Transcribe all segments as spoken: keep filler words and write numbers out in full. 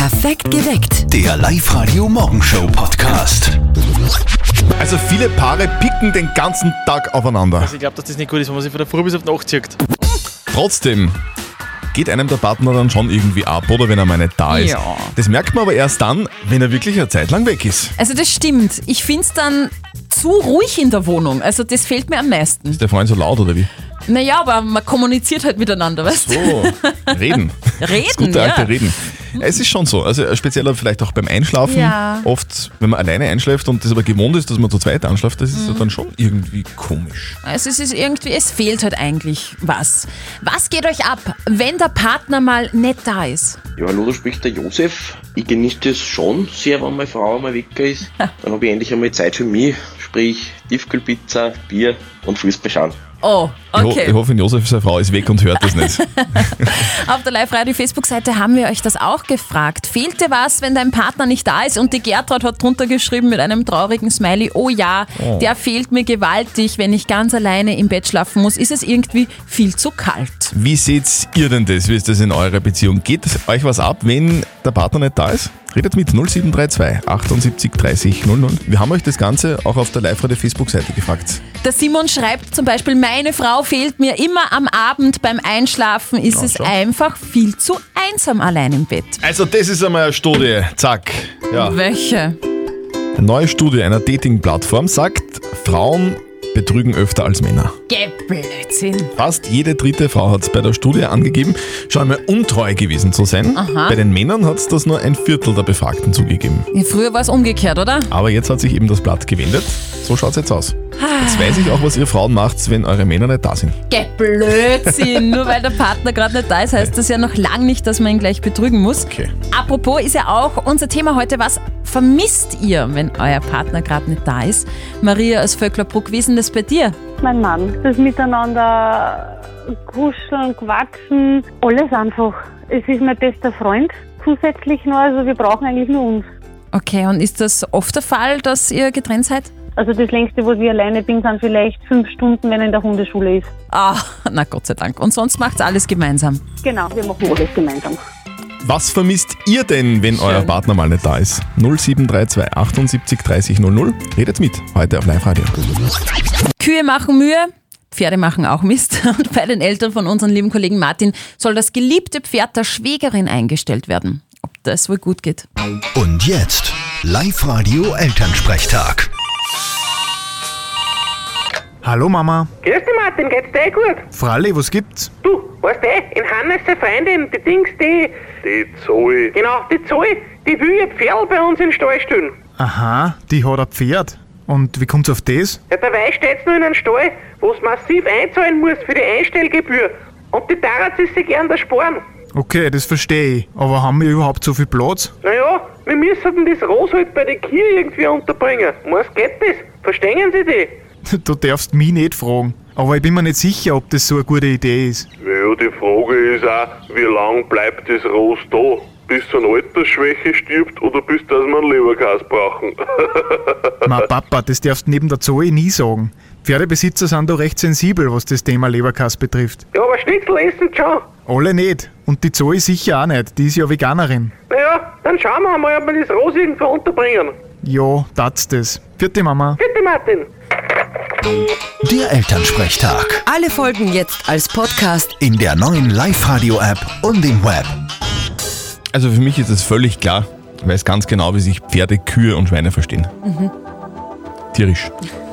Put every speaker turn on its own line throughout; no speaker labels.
Perfekt geweckt.
Der Live-Radio-Morgenshow-Podcast.
Also viele Paare picken den ganzen Tag aufeinander.
Also ich glaube, dass das nicht gut ist, wenn man sich von der Früh bis auf die Nacht zieht.
Trotzdem geht einem der Partner dann schon irgendwie ab, oder wenn er mal nicht da ist.
Ja.
Das merkt man aber erst dann, wenn er wirklich eine Zeit lang weg ist.
Also das stimmt. Ich finde es dann zu ruhig in der Wohnung. Also das fehlt mir am meisten.
Ist der Freund so laut oder wie?
Naja, aber man kommuniziert halt miteinander, weißt du?
So, reden.
Reden,
Das gute alte
ja.
Reden. Es ist schon so, also speziell vielleicht auch beim Einschlafen.
Ja.
Oft, wenn man alleine einschläft und das aber gewohnt ist, dass man zu zweit einschläft, das ist
Mhm.
dann schon irgendwie komisch.
Also es ist irgendwie, es fehlt halt eigentlich was. Was geht euch ab, wenn der Partner mal nicht da ist?
Ja, hallo, da spricht der Josef. Ich genieße das schon sehr, wenn meine Frau einmal weg ist. Dann habe ich endlich einmal Zeit für mich, sprich Tiefkühlpizza, Bier und Fußball schauen.
Oh,
Ich, ho-
okay.
ich hoffe, Josef, seine Frau ist weg und hört das nicht.
Auf der Live-Radio-Facebook-Seite haben wir euch das auch gefragt. Fehlt dir was, wenn dein Partner nicht da ist? Und die Gertrud hat drunter geschrieben mit einem traurigen Smiley, oh ja,
Oh.
der fehlt mir gewaltig, wenn ich ganz alleine im Bett schlafen muss. Ist es irgendwie viel zu kalt?
Wie seht ihr denn das? Wie ist das in eurer Beziehung? Geht euch was ab, wenn der Partner nicht da ist? Redet mit null sieben drei zwei achtundsiebzig dreißig null null. Wir haben euch das Ganze auch auf der Live-Radio-Facebook-Seite gefragt.
Der Simon schreibt zum Beispiel, meine Frau fehlt mir immer am Abend beim Einschlafen. Ist
Ja,
es
schon.
einfach viel zu einsam allein im Bett.
Also das ist einmal eine Studie. Zack. Ja.
Welche?
Eine neue Studie einer Dating-Plattform sagt, Frauen betrügen öfter als Männer.
Geh Blödsinn.
Fast jede dritte Frau hat es bei der Studie angegeben, schon einmal untreu gewesen zu sein.
Aha.
Bei den Männern hat es das nur ein Viertel der Befragten zugegeben.
Ja, früher war es umgekehrt, oder?
Aber jetzt hat sich eben das Blatt gewendet. So schaut es jetzt aus. Jetzt weiß ich auch, was ihr Frauen macht, wenn eure Männer nicht da sind.
Geh Blödsinn. Nur weil der Partner gerade nicht da ist, heißt das ja noch lang nicht, dass man ihn gleich betrügen muss.
Okay.
Apropos ist ja auch unser Thema heute, was vermisst ihr, wenn euer Partner gerade nicht da ist? Maria aus Vöcklerbruck, wie ist denn das bei dir?
Mein Mann. Das Miteinander kuscheln, quatschen, alles einfach. Es ist mein bester Freund zusätzlich noch, also wir brauchen eigentlich nur uns.
Okay, und ist das oft der Fall, dass ihr getrennt seid?
Also das längste, wo ich alleine bin, sind vielleicht fünf Stunden, wenn er in der Hundeschule ist.
Ah, na Gott sei Dank. Und sonst macht's alles gemeinsam.
Genau, wir machen alles gemeinsam.
Was vermisst ihr denn, wenn euer Partner mal nicht da ist? null sieben drei zwei achtundsiebzig dreißig null null. Redet mit, heute auf Live-Radio.
Kühe machen Mühe, Pferde machen auch Mist. Und bei den Eltern von unserem lieben Kollegen Martin soll das geliebte Pferd der Schwägerin eingestellt werden. Ob das wohl gut geht?
Und jetzt Live-Radio Elternsprechtag.
Hallo Mama.
Grüß dich Martin, geht's dir eh gut?
Fralli, was gibt's?
Du, weißt eh, in Hannes seine Freundin, die Dings, die... Die Zoe. Genau, die Zoe, die will ihr Pferd bei uns in den Stall stellen.
Aha, die hat ein Pferd. Und wie kommt's auf das?
Ja, dabei steht's nur in einem Stall, wo es massiv einzahlen muss für die Einstellgebühr. Und die Tara ist sich gern da sparen.
Okay, das verstehe ich. Aber haben wir überhaupt so viel Platz?
Naja, wir müssen das Ross halt bei der Kühe irgendwie unterbringen. Meinst geht das? Verstehen Sie die?
Du darfst mich nicht fragen. Aber ich bin mir nicht sicher, ob das so eine gute Idee ist.
Ja, die Frage ist auch, wie lang bleibt das Ross da? Bis so eine Altersschwäche stirbt oder bis dass wir einen Leberkäse brauchen?
Ma Papa, das darfst du neben der Zoe nie sagen. Pferdebesitzer sind da recht sensibel, was das Thema Leberkäse betrifft.
Ja, aber Schnitzel essen schon.
Alle nicht. Und die Zoe sicher auch nicht. Die ist ja Veganerin.
Naja, dann schauen wir mal, ob wir das Ross irgendwo unterbringen.
Ja, that's das. Vierte Mama.
Bitte Martin.
Der Elternsprechtag.
Alle Folgen jetzt als Podcast.
In der neuen Live-Radio-App und im Web.
Also für mich ist es völlig klar. Ich weiß ganz genau, wie sich Pferde, Kühe und Schweine verstehen.
Mhm.
Tierisch.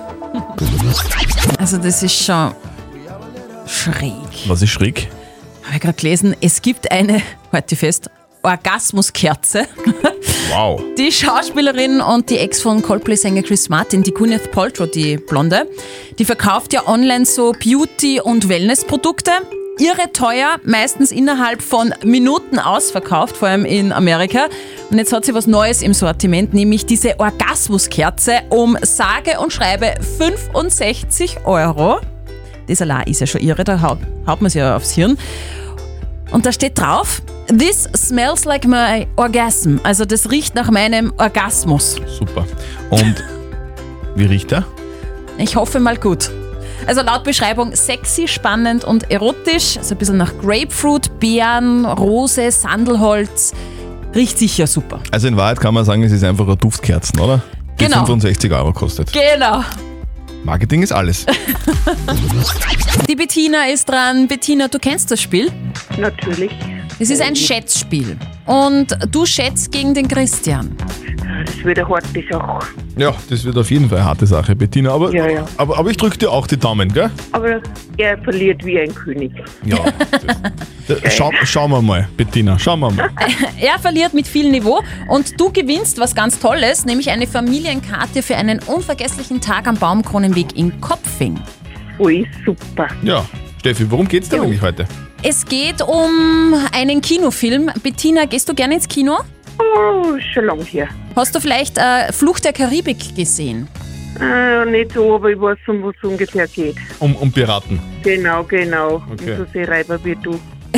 Also das ist schon schräg.
Was ist schräg?
Habe ich gerade gelesen, es gibt eine, halt die fest, Orgasmuskerze.
Wow.
Die Schauspielerin und die Ex von Coldplay-Sänger Chris Martin, die Gwyneth Paltrow, die Blonde, die verkauft ja online so Beauty- und Wellness-Produkte. Irre teuer, meistens innerhalb von Minuten ausverkauft, vor allem in Amerika. Und jetzt hat sie was Neues im Sortiment, nämlich diese Orgasmuskerze um sage und schreibe fünfundsechzig Euro. Das allein ist ja schon irre, da haut, haut man sich ja aufs Hirn. Und da steht drauf, this smells like my orgasm. Also das riecht nach meinem Orgasmus.
Super. Und wie riecht er?
Ich hoffe mal gut. Also laut Beschreibung sexy, spannend und erotisch. So ein bisschen nach Grapefruit, Beeren, Rose, Sandelholz. Riecht sicher super.
Also in Wahrheit kann man sagen, es ist einfach eine Duftkerzen, oder? Die
Genau.
fünfundsechzig Euro kostet.
Genau.
Marketing ist alles.
Die Bettina ist dran. Bettina, du kennst das Spiel?
Natürlich.
Es ist ein Schätzspiel. Und du schätzt gegen den Christian.
Das wird eine harte Sache.
Ja, das wird auf jeden Fall eine harte Sache, Bettina. Aber,
Ja, ja.
aber, aber ich drücke dir auch die Daumen, gell?
Aber er verliert wie ein König.
Ja. Das, das, schau, schauen wir mal, Bettina, schauen wir mal.
Er verliert mit viel Niveau und du gewinnst was ganz Tolles, nämlich eine Familienkarte für einen unvergesslichen Tag am Baumkronenweg in Kopfing.
Voll super.
Ja, Steffi, worum geht's denn eigentlich heute?
Es geht um einen Kinofilm. Bettina, gehst du gerne ins Kino?
Oh, schon lange her.
Hast du vielleicht äh, Flucht der Karibik gesehen?
Äh, nicht so, aber ich weiß, um was es ungefähr geht.
Um, um Piraten.
Genau, genau.
Okay.
Und so Seereiber wie du.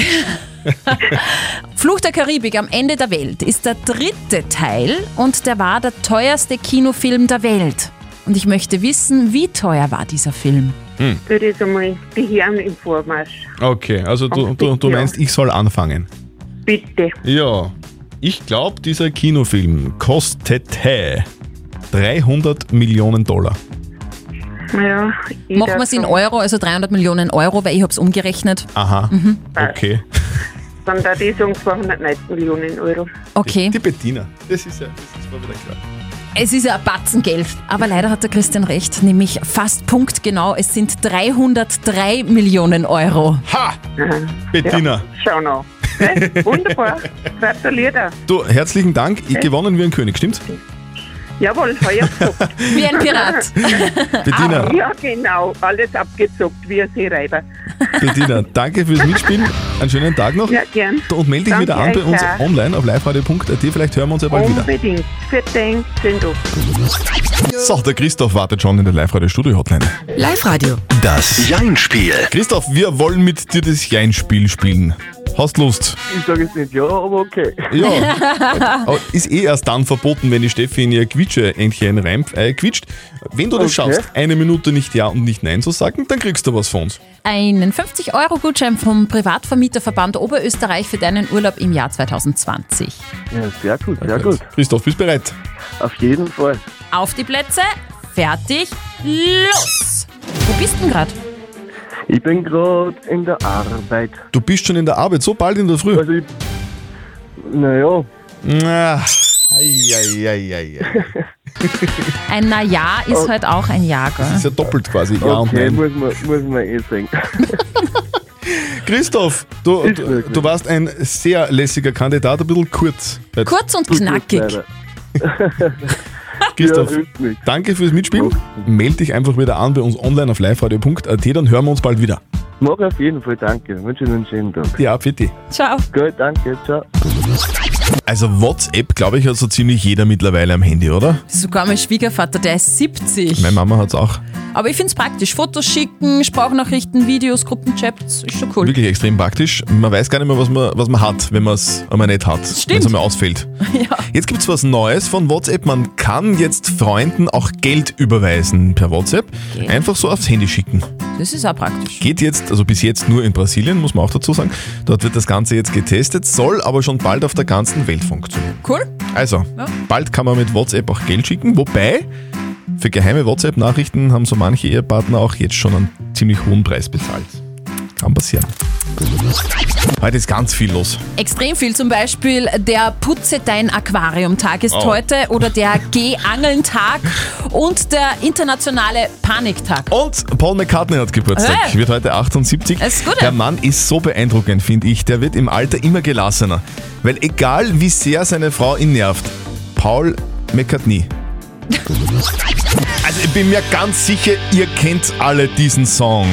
Flucht der Karibik am Ende der Welt ist der dritte Teil und der war der teuerste Kinofilm der Welt. Und ich möchte wissen, wie teuer war dieser Film?
Hm.
Das ist einmal die Herren im Vormarsch.
Okay, also du, du, du meinst, ich soll anfangen.
Bitte.
Ja, ich glaube, dieser Kinofilm kostete dreihundert Millionen Dollar.
Ja, ich
Machen
darf
wir es in
sagen,
Euro, also dreihundert Millionen Euro, weil ich habe es umgerechnet.
Aha,
Mhm.
okay.
Dann da die sagen zweihundertneunzig Millionen Euro.
Okay,
Die Bettina, das ist ja, das ist mal wieder klar.
es ist ja ein Batzen Geld, aber leider hat der Christian recht, nämlich fast punktgenau, es sind dreihundertdrei Millionen Euro.
Ha! Bettina,
Ja, schau noch. Hey, wunderbar. Gratuliere.
du, herzlichen Dank, ich gewonnen wie ein König, stimmt's?
Jawohl, heuer gezockt.
Wie ein Pirat.
Bettina,
Ja, genau. Alles abgezockt wie ein Seereiber.
Bettina, danke fürs Mitspielen, einen schönen Tag noch.
Ja, gern.
Und melde dich
Danke
wieder an bei
euch
uns
auch.
online auf liveradio punkt at, vielleicht hören wir uns ja bald wieder.
Unbedingt. Für den, schönen Tag.
So, der Christoph wartet schon in der Live-Radio-Studio-Hotline.
Live-Radio.
Das Jein-Spiel.
Christoph, wir wollen mit dir das Jein-Spiel spielen. Hast Lust?
Ich sage jetzt nicht ja, aber okay.
Ja. Aber ist eh erst dann verboten, wenn die Steffi in ihr Quietsche-Entchen rein äh, quietscht. Wenn du das
Okay.
schaffst, eine Minute nicht Ja und nicht Nein zu sagen, dann kriegst du was von uns.
Einen fünfzig Euro Gutschein vom Privatvermieterverband Oberösterreich für deinen Urlaub im Jahr zwanzig zwanzig.
Ja, sehr gut, sehr gut.
Christoph, bist du bereit?
Auf jeden Fall.
Auf die Plätze, fertig, los! Wo bist du denn gerade?
Ich bin gerade in der Arbeit.
Du bist schon in der Arbeit, so bald in der Früh.
Also ich, naja,
Na, ei, ei, ei, ei, ei.
Ein Na-Ja ist halt auch ein Ja,
Das
gell?
ist ja doppelt quasi. Ja und
okay,
Nein.
muss man, muss man eh sagen.
Christoph, du,
Ist
du,
wirklich.
du warst ein sehr lässiger Kandidat, ein bisschen kurz. Jetzt,
Kurz und knackig.
Leider.
Christoph,
Ja, hilft nichts.
danke fürs Mitspielen. Meld dich einfach wieder an bei uns online auf liveradio punkt at, dann hören wir uns bald wieder.
Mach auf jeden Fall, danke. Wünsche Ihnen einen schönen Tag.
Ja, bitte.
Ciao.
Gut, danke, ciao.
Also WhatsApp, glaube ich, hat so ziemlich jeder mittlerweile am Handy, oder?
Sogar mein Schwiegervater, der ist siebzig.
Meine Mama hat es auch.
Aber ich finde es praktisch. Fotos schicken, Sprachnachrichten, Videos, Gruppenchats, ist schon cool.
Wirklich extrem praktisch. Man weiß gar nicht mehr, was man, was man hat, wenn man es einmal nicht hat.
Stimmt.
Wenn es einmal ausfällt.
Ja.
Jetzt gibt es was Neues von WhatsApp. Man kann jetzt Freunden auch Geld überweisen per WhatsApp.
Okay.
Einfach so aufs Handy schicken.
Das ist auch praktisch.
Geht jetzt, also bis jetzt nur in Brasilien, muss man auch dazu sagen. Dort wird das Ganze jetzt getestet, soll aber schon bald auf der ganzen Welt funktionieren.
Cool.
Also,
Ja.
bald kann man mit WhatsApp auch Geld schicken, wobei für geheime WhatsApp-Nachrichten haben so manche Ehepartner auch jetzt schon einen ziemlich hohen Preis bezahlt. Kann passieren. Heute ist ganz viel los.
Extrem viel, zum Beispiel der Putze dein Aquarium-Tag ist
Oh.
heute oder der Geh-Angeln-Tag und der internationale Paniktag.
Und Paul McCartney hat Geburtstag,
Hey.
wird heute achtundsiebzig.
Das ist gut,
Der
ja.
Mann ist so beeindruckend, finde ich. Der wird im Alter immer gelassener. Weil egal wie sehr seine Frau ihn nervt, Paul McCartney. Also ich bin mir ganz sicher, ihr kennt alle diesen Song.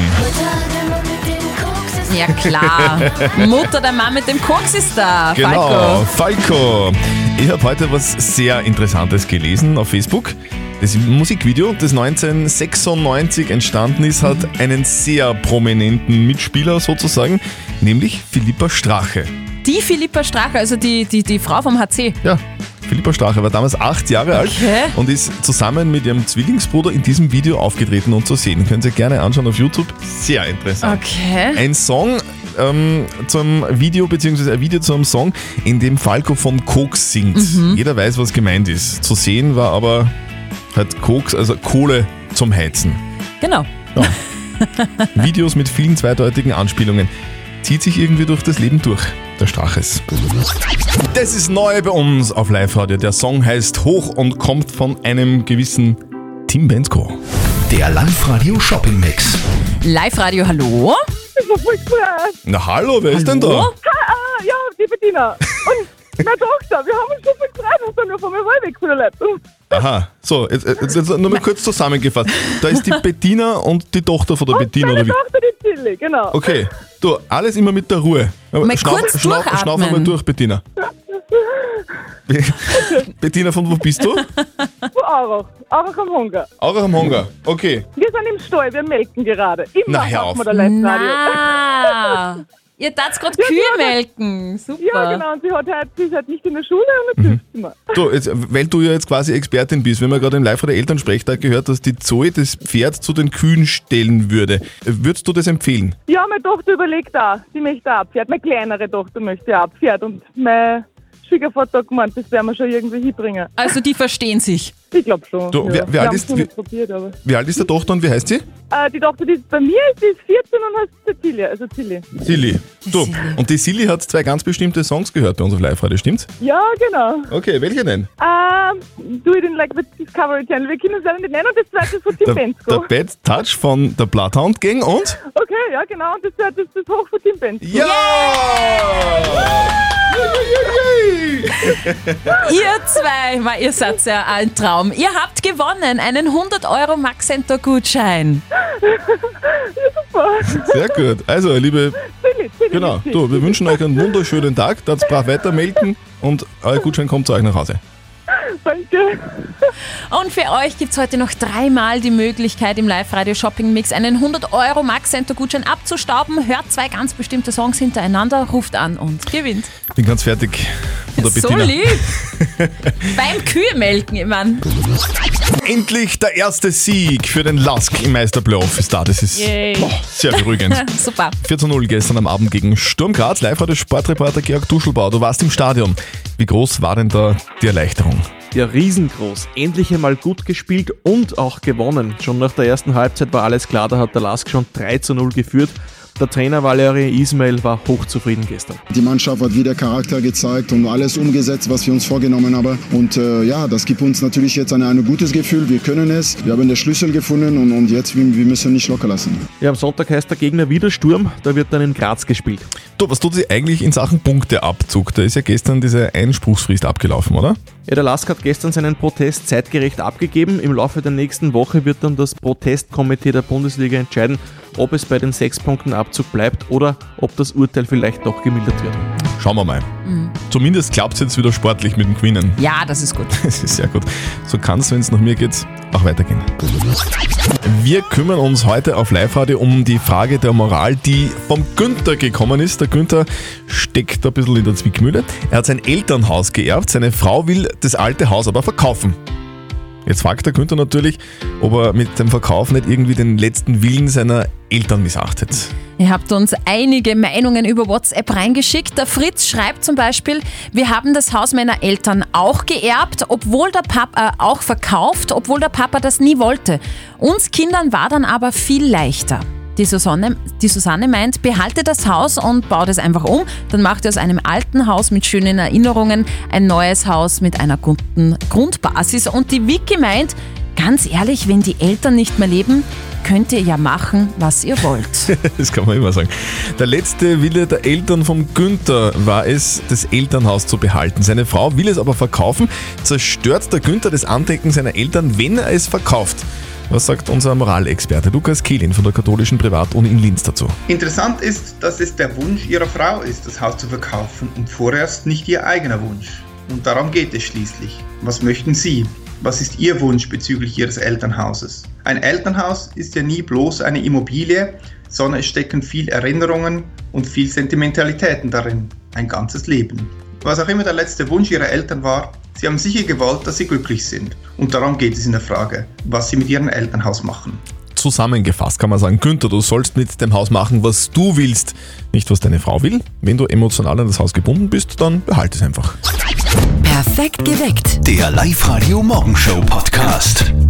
Ja klar. Mutter der Mann mit dem Koks ist da.
Genau,
Falco.
Falco. Ich habe heute was sehr Interessantes gelesen auf Facebook. Das Musikvideo, das neunzehnhundertsechsundneunzig entstanden ist, hat einen sehr prominenten Mitspieler sozusagen, nämlich Philippa Strache.
Die Philippa Strache, also die, die, die Frau vom H C.
Ja, Philippa Strache war damals acht Jahre alt
Okay.
und ist zusammen mit ihrem Zwillingsbruder in diesem Video aufgetreten und zu sehen. Könnt ihr gerne anschauen auf YouTube. Sehr interessant.
Okay.
Ein Song ähm, zum Video, beziehungsweise ein Video zu einem Song, in dem Falco von Koks singt.
Mhm.
Jeder weiß, was gemeint ist. Zu sehen war aber halt Koks, also Kohle zum Heizen.
Genau.
Ja. Videos mit vielen zweideutigen Anspielungen. Zieht sich irgendwie durch das Leben durch, der Straches. Das ist neu bei uns auf Live-Radio. Der Song heißt Hoch und kommt von einem gewissen Tim Bensko.
Der Live-Radio Shopping Mix.
Live-Radio, hallo?
Das war voll krass.
Na hallo, wer ist denn da?
Ah, ah, ja, die Bettina. Und meine Tochter, wir haben uns schon voll gefreut und dann auf einmal war ich weg von der Leitung.
Aha, so, jetzt, jetzt, jetzt nur mal kurz zusammengefasst. Da ist die Bettina und die Tochter von der Bettina,
Meine
oder wie?
Tochter, die Tilly, genau.
Okay, du, alles immer mit der Ruhe.
Mal
Schnauf,
kurz
schnauf, schnauf
durchatmen.
einmal durch, Bettina. Be- Bettina, von wo bist du?
Von Aurach. Aurach am Hunger.
Auch am Hunger. Okay.
Wir sind im Stall, wir melken gerade. Immer
Na, hör
machen
auf.
wir da Live-Radio.
Na, ihr tat gerade
Ja,
Kühe
ja,
melken. Super.
Ja, genau. Und sie, hat halt, sie ist halt nicht in der Schule und jetzt hilft sie mir.
Du, jetzt, weil du ja jetzt quasi Expertin bist, wenn man gerade im Live-Radio Elternsprechtag gehört, dass die Zoe das Pferd zu den Kühen stellen würde. Würdest du das empfehlen?
Ja, meine Tochter überlegt auch. Sie möchte auch Pferd. Meine kleinere Tochter möchte auch Pferd. Und mein Schwiegervater hat gemeint, das werden wir schon irgendwie hinbringen.
Also die verstehen sich.
Ich glaube schon.
Du,
ja.
wer- wer
wir
alt
haben
ist-
es noch
wie-
nicht probiert, aber...
Wie alt ist der Tochter und wie heißt sie?
Äh, die Tochter, die bei mir ist, die ist vierzehn und heißt Cecilia, also Tilly.
Silly. Du, und die Silly hat zwei ganz bestimmte Songs gehört bei uns auf Live-Radio, stimmt's?
Ja, genau.
Okay, welche denn?
Ähm, Do It in Like the Discovery Channel. Wir können es leider nicht nennen und das zweite ist von Tim
Der,
Bensko.
der Bad Touch von der Bloodhound Gang und?
Okay, ja, genau. Und das zweite ist das Hoch von Tim Bensko.
Ja!
Ihr zwei, mal, ihr seid ja ein Traum. Ihr habt gewonnen einen hundert Euro Max Center Gutschein.
Super.
Sehr gut. Also, liebe,
Tilly, Tilly,
genau,
Tilly.
du, wir wünschen euch einen wunderschönen Tag, darfst brav weitermelden und euer Gutschein kommt zu euch nach Hause.
Danke.
Und für euch gibt es heute noch dreimal die Möglichkeit, im Live-Radio-Shopping-Mix einen hundert Euro Max Center Gutschein abzustauben. Hört zwei ganz bestimmte Songs hintereinander, ruft an und gewinnt.
Bin ganz fertig von der
So
Bettina.
lieb. Beim Kühe melken, ich mein.
Endlich der erste Sieg für den Lask im Meisterplayoff ist da. Das ist
Yay.
boah, sehr beruhigend.
Super.
vier zu null gestern am Abend gegen Sturm Graz. Live-Radio Sportreporter Georg Duschelbauer. Du warst im Stadion. Wie groß war denn da die Erleichterung?
Ja, riesengroß. Endlich einmal gut gespielt und auch gewonnen. Schon nach der ersten Halbzeit war alles klar, da hat der Lask schon drei zu null geführt. Der Trainer Valery Ismail war hochzufrieden gestern.
Die Mannschaft hat wieder Charakter gezeigt und alles umgesetzt, was wir uns vorgenommen haben. Und äh, ja, das gibt uns natürlich jetzt ein, ein gutes Gefühl. Wir können es, wir haben den Schlüssel gefunden und, und jetzt, wir, wir müssen nicht locker lassen.
Ja, am Sonntag heißt der Gegner wieder Sturm, da wird dann in Graz gespielt.
Du, was tut sich eigentlich in Sachen Punkteabzug? Da ist ja gestern diese Einspruchsfrist abgelaufen, oder?
Ja, der Lask hat gestern seinen Protest zeitgerecht abgegeben. Im Laufe der nächsten Woche wird dann das Protestkomitee der Bundesliga entscheiden, ob es bei den sechs Punkten Abzug bleibt oder ob das Urteil vielleicht doch gemildert wird.
Schauen wir mal.
Mhm.
Zumindest klappt es jetzt wieder sportlich mit dem Gewinnen.
Ja, das ist gut.
Das ist sehr gut. So kann es, wenn es nach mir geht, auch weitergehen. Wir kümmern uns heute auf Live-Radio um die Frage der Moral, die vom Günther gekommen ist. Der Günther steckt ein bisschen in der Zwickmühle. Er hat sein Elternhaus geerbt, seine Frau will das alte Haus aber verkaufen. Jetzt fragt der Günther natürlich, ob er mit dem Verkauf nicht irgendwie den letzten Willen seiner Eltern missachtet.
Ihr habt uns einige Meinungen über WhatsApp reingeschickt. Der Fritz schreibt zum Beispiel, wir haben das Haus meiner Eltern auch geerbt, obwohl der Papa äh, auch verkauft, obwohl der Papa das nie wollte. Uns Kindern war dann aber viel leichter. Die Susanne, die Susanne meint, behalte das Haus und baut es einfach um. Dann macht ihr aus einem alten Haus mit schönen Erinnerungen ein neues Haus mit einer guten Grundbasis. Und die Vicky meint, ganz ehrlich, wenn die Eltern nicht mehr leben, könnt ihr ja machen, was ihr wollt.
Das kann man immer sagen. Der letzte Wille der Eltern vom Günther war es, das Elternhaus zu behalten. Seine Frau will es aber verkaufen. Zerstört der Günther das Andenken seiner Eltern, wenn er es verkauft? Was sagt unser Moralexperte Lukas Kehlin von der katholischen Privatuni in Linz dazu?
Interessant ist, dass es der Wunsch ihrer Frau ist, das Haus zu verkaufen und vorerst nicht ihr eigener Wunsch. Und darum geht es schließlich. Was möchten Sie? Was ist Ihr Wunsch bezüglich Ihres Elternhauses? Ein Elternhaus ist ja nie bloß eine Immobilie, sondern es stecken viel Erinnerungen und viel Sentimentalitäten darin. Ein ganzes Leben. Was auch immer der letzte Wunsch Ihrer Eltern war, Sie haben sicher gewollt, dass Sie glücklich sind. Und darum geht es in der Frage, was Sie mit Ihrem Elternhaus machen.
zusammengefasst kann man sagen, Günther, du sollst mit dem Haus machen, was du willst, nicht was deine Frau will. Wenn du emotional an das Haus gebunden bist, dann behalte es einfach.
Perfekt geweckt.
Der Live-Radio Morgenshow Podcast.